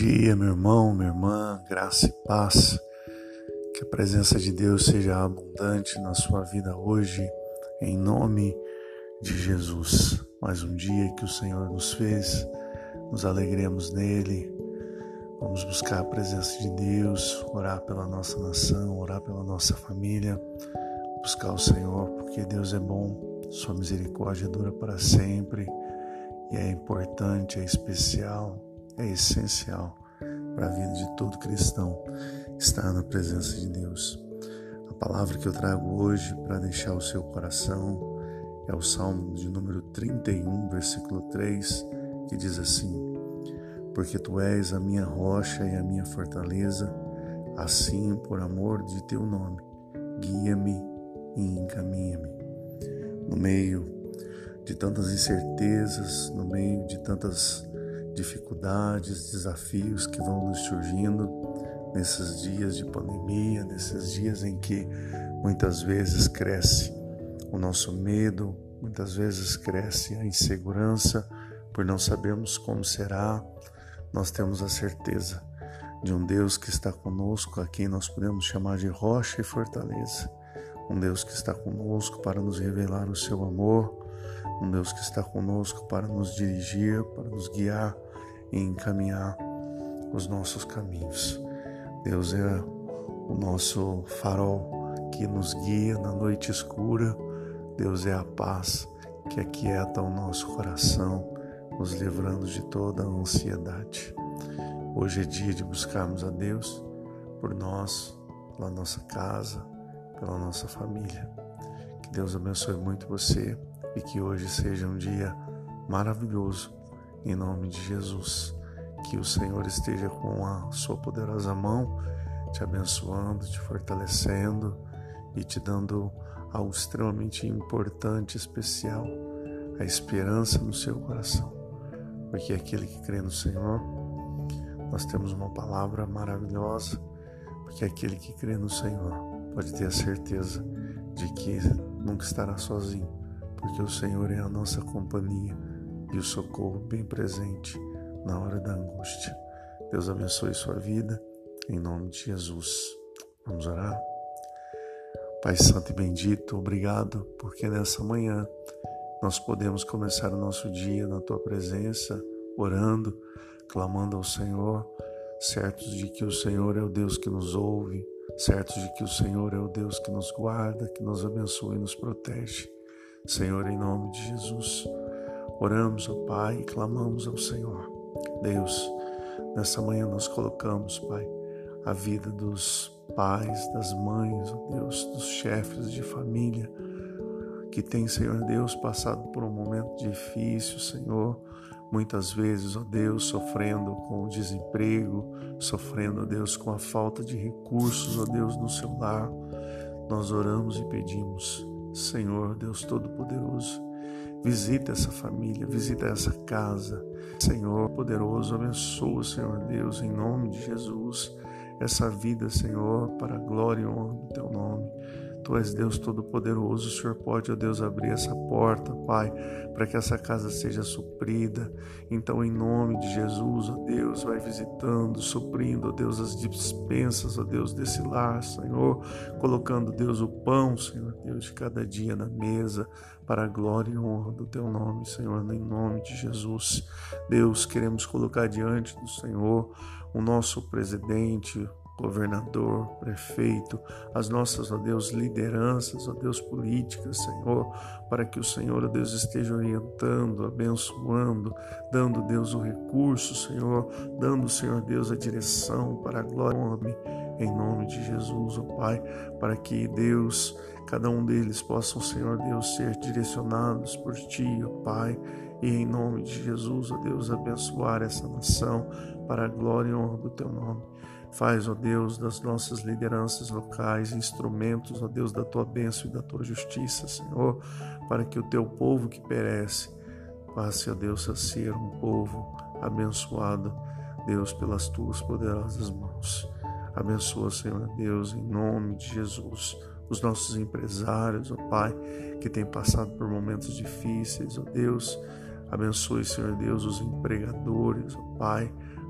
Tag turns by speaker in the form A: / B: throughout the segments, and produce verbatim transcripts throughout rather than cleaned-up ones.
A: dia, meu irmão, minha irmã, graça e paz. Que a presença de Deus seja abundante na sua vida hoje, em nome de Jesus. Mais um dia que o Senhor nos fez, nos alegremos nele. Vamos buscar a presença de Deus, orar pela nossa nação, orar pela nossa família, buscar o Senhor, porque Deus é bom, sua misericórdia dura para sempre e é importante, é especial, é essencial para a vida de todo cristão estar na presença de Deus. A palavra que eu trago hoje para deixar o seu coração é o Salmo de número trinta e um, versículo três, que diz assim: porque tu és a minha rocha e a minha fortaleza, assim, por amor de teu nome, guia-me e encaminha-me. No meio de tantas incertezas, no meio de tantas dificuldades, desafios que vão nos surgindo nesses dias de pandemia, nesses dias em que muitas vezes cresce o nosso medo, muitas vezes cresce a insegurança por não sabermos como será. Nós temos a certeza de um Deus que está conosco, a quem nós podemos chamar de rocha e fortaleza. Um Deus que está conosco para nos revelar o seu amor, um Deus que está conosco para nos dirigir, para nos guiar e encaminhar os nossos caminhos. Deus é o nosso farol que nos guia na noite escura. Deus é a paz que aquieta o nosso coração, nos livrando de toda a ansiedade. Hoje é dia de buscarmos a Deus por nós, pela nossa casa, pela nossa família. Que Deus abençoe muito você e que hoje seja um dia maravilhoso, em nome de Jesus. Que o Senhor esteja com a sua poderosa mão, te abençoando, te fortalecendo e te dando algo extremamente importante, especial, a esperança no seu coração. Porque aquele que crê no Senhor, nós temos uma palavra maravilhosa, porque aquele que crê no Senhor pode ter a certeza de que nunca estará sozinho, porque o Senhor é a nossa companhia e o socorro bem presente na hora da angústia. Deus abençoe sua vida, em nome de Jesus. Vamos orar? Pai Santo e bendito, obrigado, porque nessa manhã nós podemos começar o nosso dia na Tua presença, orando, clamando ao Senhor, certos de que o Senhor é o Deus que nos ouve, certos de que o Senhor é o Deus que nos guarda, que nos abençoa e nos protege. Senhor, em nome de Jesus, oramos, ó Pai, e clamamos ao Senhor. Deus, nessa manhã nós colocamos, Pai, a vida dos pais, das mães, ó Deus, dos chefes de família, que tem, Senhor Deus, passado por um momento difícil, Senhor, muitas vezes, ó Deus, sofrendo com o desemprego, sofrendo, ó Deus, com a falta de recursos, ó Deus, no seu lar. Nós oramos e pedimos, Senhor, Deus Todo-Poderoso, visita essa família, visita essa casa. Senhor poderoso, abençoa, Senhor Deus, em nome de Jesus, essa vida, Senhor, para a glória e honra do Teu nome. Tu és Deus Todo-Poderoso, o Senhor pode, ó Deus, abrir essa porta, Pai, para que essa casa seja suprida. Então, em nome de Jesus, ó Deus, vai visitando, suprindo, ó Deus, as dispensas, ó Deus, desse lar, Senhor, colocando, Deus, o pão, Senhor Deus, de cada dia na mesa, para a glória e honra do Teu nome, Senhor, em nome de Jesus. Deus, queremos colocar diante do Senhor o nosso presidente, governador, prefeito, as nossas, ó Deus, lideranças, ó Deus, políticas, Senhor, para que o Senhor, ó Deus, esteja orientando, abençoando, dando, Deus, o recurso, Senhor, dando, Senhor Deus, a direção para a glória e honra, em nome de Jesus, ó Pai, para que, Deus, cada um deles possam, Senhor Deus, ser direcionados por Ti, ó Pai, e em nome de Jesus, ó Deus, abençoar essa nação para a glória e honra do Teu nome. Faz, ó Deus, das nossas lideranças locais instrumentos, ó Deus, da Tua bênção e da Tua justiça, Senhor, para que o Teu povo que perece passe, ó Deus, a ser um povo abençoado, Deus, pelas Tuas poderosas mãos. Abençoa, Senhor Deus, em nome de Jesus, os nossos empresários, ó Pai, que têm passado por momentos difíceis, ó Deus. Abençoe, Senhor Deus, os empregadores, ó Pai,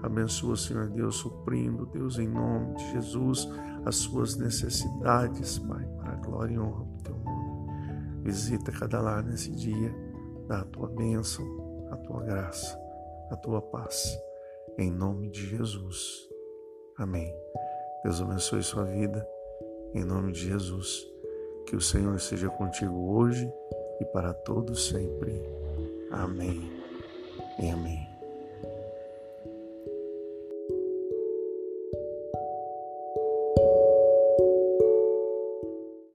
A: Abençoa, Senhor Deus, suprindo, Deus, em nome de Jesus, as suas necessidades, Pai, para a glória e honra do teu nome. Visita cada lar nesse dia, dá a tua bênção, a tua graça, a tua paz. Em nome de Jesus. Amém. Deus abençoe sua vida. Em nome de Jesus. Que o Senhor seja contigo hoje e para todos sempre. Amém e amém.